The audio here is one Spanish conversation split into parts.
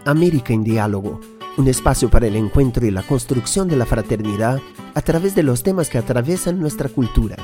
América en Diálogo, un espacio para el encuentro y la construcción de la fraternidad a través de los temas que atraviesan nuestra cultura.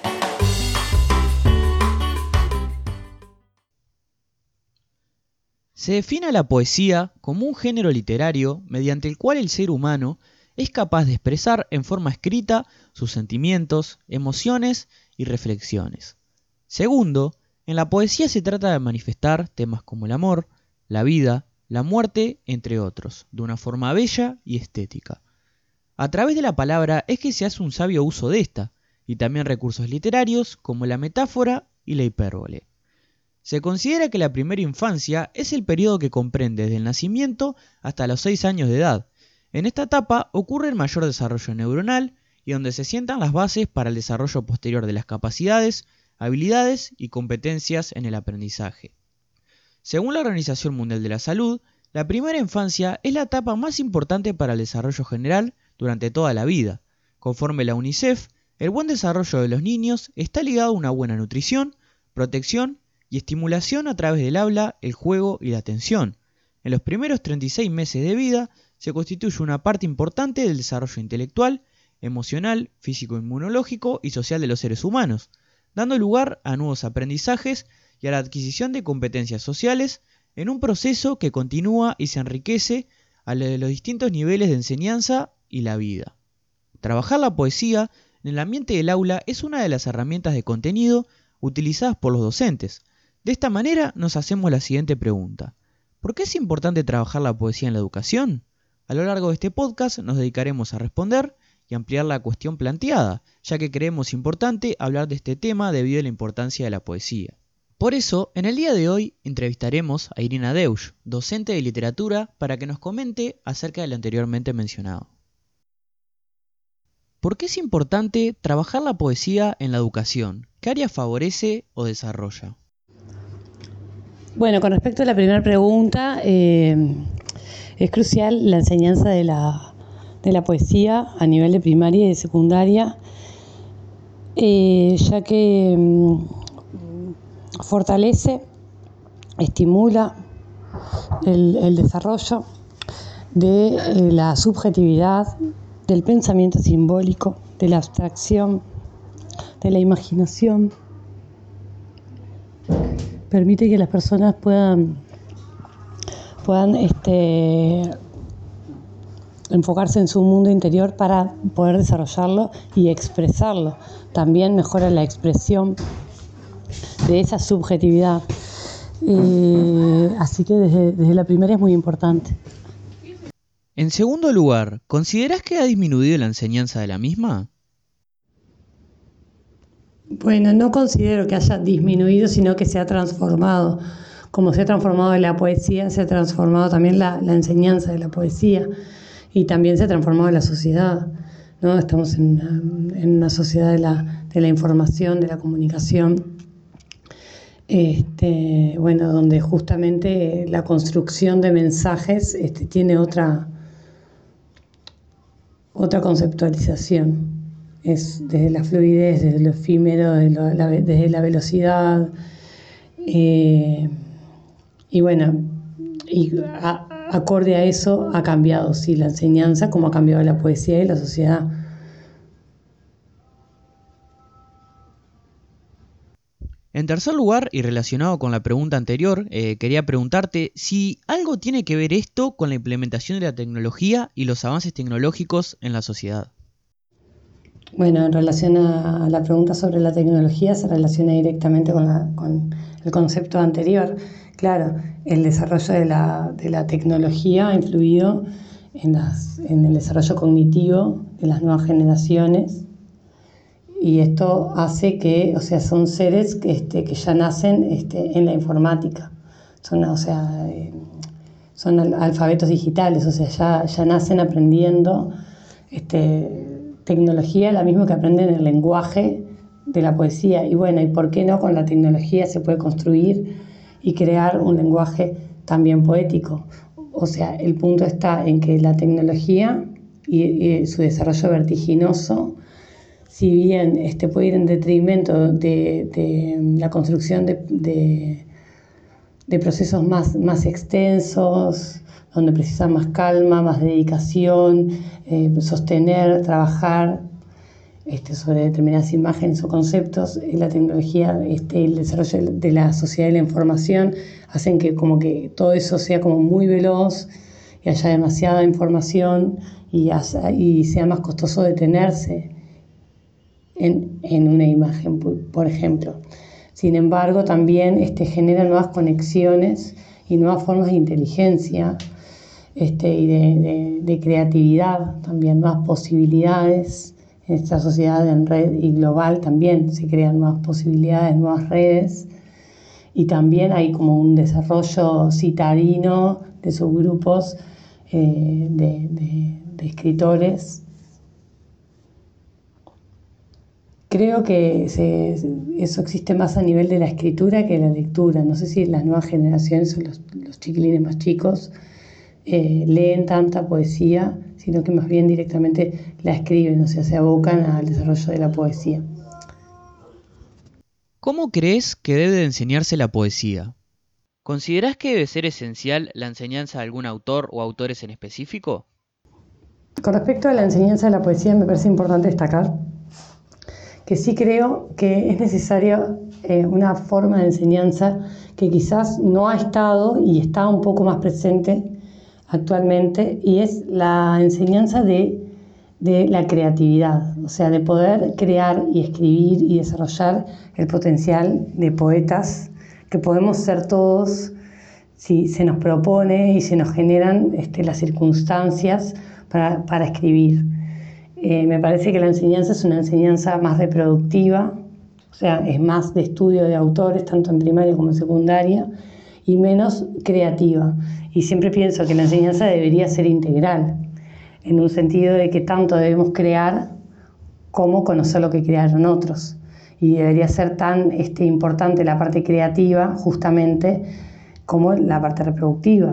Se define a la poesía como un género literario mediante el cual el ser humano es capaz de expresar en forma escrita sus sentimientos, emociones y reflexiones. Segundo, en la poesía se trata de manifestar temas como el amor, la vida, la muerte, entre otros, de una forma bella y estética. A través de la palabra es que se hace un sabio uso de esta, y también recursos literarios como la metáfora y la hipérbole. Se considera que la primera infancia es el periodo que comprende desde el nacimiento hasta los 6 años de edad. En esta etapa ocurre el mayor desarrollo neuronal y donde se sientan las bases para el desarrollo posterior de las capacidades, habilidades y competencias en el aprendizaje. Según la Organización Mundial de la Salud, la primera infancia es la etapa más importante para el desarrollo general durante toda la vida. Conforme la UNICEF, el buen desarrollo de los niños está ligado a una buena nutrición, protección y estimulación a través del habla, el juego y la atención. En los primeros 36 meses de vida se constituye una parte importante del desarrollo intelectual, emocional, físico-inmunológico y social de los seres humanos, dando lugar a nuevos aprendizajes y a la adquisición de competencias sociales en un proceso que continúa y se enriquece a lo de los distintos niveles de enseñanza y la vida. Trabajar la poesía en el ambiente del aula es una de las herramientas de contenido utilizadas por los docentes. De esta manera nos hacemos la siguiente pregunta: ¿por qué es importante trabajar la poesía en la educación? A lo largo de este podcast nos dedicaremos a responder y ampliar la cuestión planteada, ya que creemos importante hablar de este tema debido a la importancia de la poesía. Por eso, en el día de hoy entrevistaremos a Irina Deusch, docente de literatura, para que nos comente acerca de lo anteriormente mencionado. ¿Por qué es importante trabajar la poesía en la educación? ¿Qué áreas favorece o desarrolla? Bueno, con respecto a la primera pregunta, es crucial la enseñanza de la poesía a nivel de primaria y de secundaria, ya que fortalece, estimula el desarrollo de la subjetividad, del pensamiento simbólico, de la abstracción, de la imaginación. Permite que las personas puedan enfocarse en su mundo interior para poder desarrollarlo y expresarlo. También mejora la expresión de esa subjetividad. Así que desde la primaria es muy importante. En segundo lugar, ¿considerás que ha disminuido la enseñanza de la misma? Bueno, no considero que haya disminuido, sino que se ha transformado. Como se ha transformado la poesía, se ha transformado también la enseñanza de la poesía y también se ha transformado la sociedad, ¿no? Estamos en una sociedad de la información, de la comunicación, donde justamente la construcción de mensajes tiene otra conceptualización. Es desde la fluidez, desde lo efímero, desde la velocidad. Acorde a eso ha cambiado, sí, la enseñanza, como ha cambiado la poesía y la sociedad. En tercer lugar, y relacionado con la pregunta anterior, quería preguntarte si algo tiene que ver esto con la implementación de la tecnología y los avances tecnológicos en la sociedad. Bueno, en relación a la pregunta sobre la tecnología, se relaciona directamente con el concepto anterior. Claro, el desarrollo de la tecnología ha influido en el desarrollo cognitivo de las nuevas generaciones, y esto hace que, son seres que ya nacen en la informática, son alfabetos digitales, ya nacen aprendiendo tecnología, la misma que aprenden el lenguaje de la poesía. Y bueno, ¿y por qué no con la tecnología se puede construir y crear un lenguaje también poético? El punto está en que la tecnología y su desarrollo vertiginoso, si bien puede ir en detrimento de la construcción de de procesos más extensos, donde precisa más calma, más dedicación, sostener, trabajar sobre determinadas imágenes o conceptos. La tecnología, el desarrollo de la sociedad de la información hacen que como que todo eso sea como muy veloz y haya demasiada información y sea más costoso detenerse en una imagen, por ejemplo. Sin embargo, también genera nuevas conexiones y nuevas formas de inteligencia y de creatividad, también nuevas posibilidades. En esta sociedad en red y global también se crean nuevas posibilidades, nuevas redes, y también hay como un desarrollo citadino de subgrupos de escritores. Creo que eso existe más a nivel de la escritura que de la lectura. No sé si las nuevas generaciones o los chiquilines más chicos leen tanta poesía, sino que más bien directamente la escriben, o sea, se abocan al desarrollo de la poesía. ¿Cómo crees que debe de enseñarse la poesía? ¿Considerás que debe ser esencial la enseñanza de algún autor o autores en específico? Con respecto a la enseñanza de la poesía, me parece importante destacar que sí creo que es necesaria una forma de enseñanza que quizás no ha estado y está un poco más presente actualmente, y es la enseñanza de la creatividad, o sea, de poder crear y escribir y desarrollar el potencial de poetas que podemos ser todos si se nos propone y se nos generan las circunstancias para escribir. Me parece que la enseñanza es una enseñanza más reproductiva, o sea, es más de estudio de autores, tanto en primaria como en secundaria, y menos creativa. Y siempre pienso que la enseñanza debería ser integral, en un sentido de que tanto debemos crear como conocer lo que crearon otros. Y debería ser tan importante la parte creativa, justamente, como la parte reproductiva.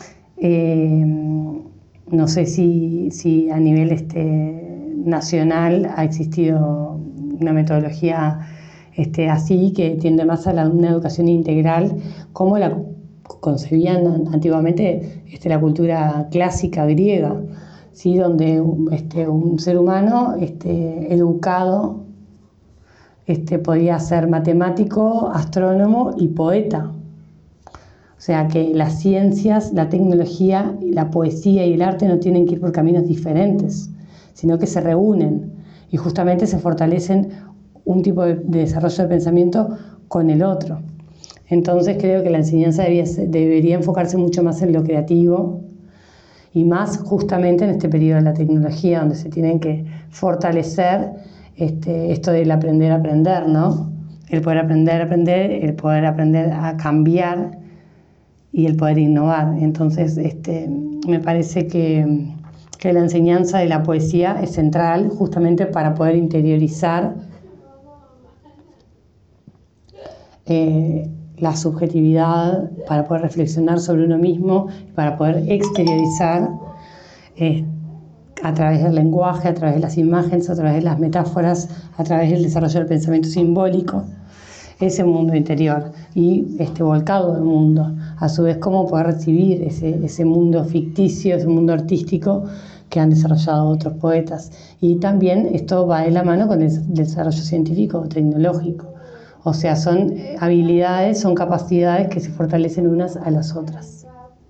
No sé si a nivel nacional ha existido una metodología así, que tiende más a una educación integral, como la concebían antiguamente la cultura clásica griega, ¿sí? Donde un ser humano educado podía ser matemático, astrónomo y poeta. O sea que las ciencias, la tecnología, la poesía y el arte no tienen que ir por caminos diferentes, sino que se reúnen y justamente se fortalecen un tipo de desarrollo de pensamiento con el otro. Entonces creo que la enseñanza debería enfocarse mucho más en lo creativo y más justamente en este periodo de la tecnología, donde se tienen que fortalecer esto del aprender a aprender, ¿no? El poder aprender a aprender, el poder aprender a cambiar y el poder innovar. Entonces me parece que la enseñanza de la poesía es central justamente para poder interiorizar la subjetividad, para poder reflexionar sobre uno mismo, para poder exteriorizar a través del lenguaje, a través de las imágenes, a través de las metáforas, a través del desarrollo del pensamiento simbólico, ese mundo interior y volcado al mundo. A su vez, cómo poder recibir ese mundo ficticio, ese mundo artístico que han desarrollado otros poetas. Y también esto va de la mano con el desarrollo científico, tecnológico. O sea, son habilidades, son capacidades que se fortalecen unas a las otras.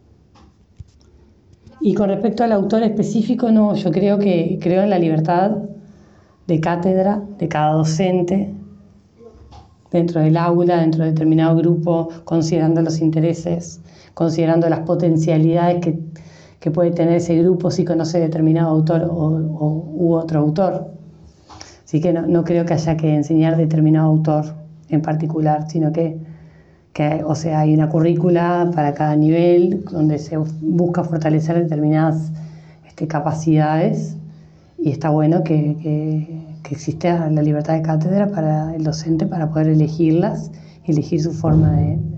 Y con respecto al autor específico, no, yo creo en la libertad de cátedra de cada docente, dentro del aula, dentro de determinado grupo, considerando los intereses, considerando las potencialidades que puede tener ese grupo si conoce determinado autor u otro autor. Así que no creo que haya que enseñar determinado autor en particular, sino que o sea, hay una currícula para cada nivel donde se busca fortalecer determinadas capacidades, y está bueno que exista la libertad de cátedra para el docente para poder elegirlas, elegir su forma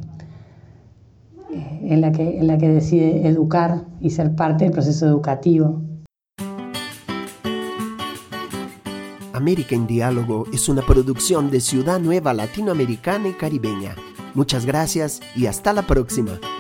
en la que decide educar y ser parte del proceso educativo. América en Diálogo es una producción de Ciudad Nueva Latinoamericana y Caribeña. Muchas gracias y hasta la próxima.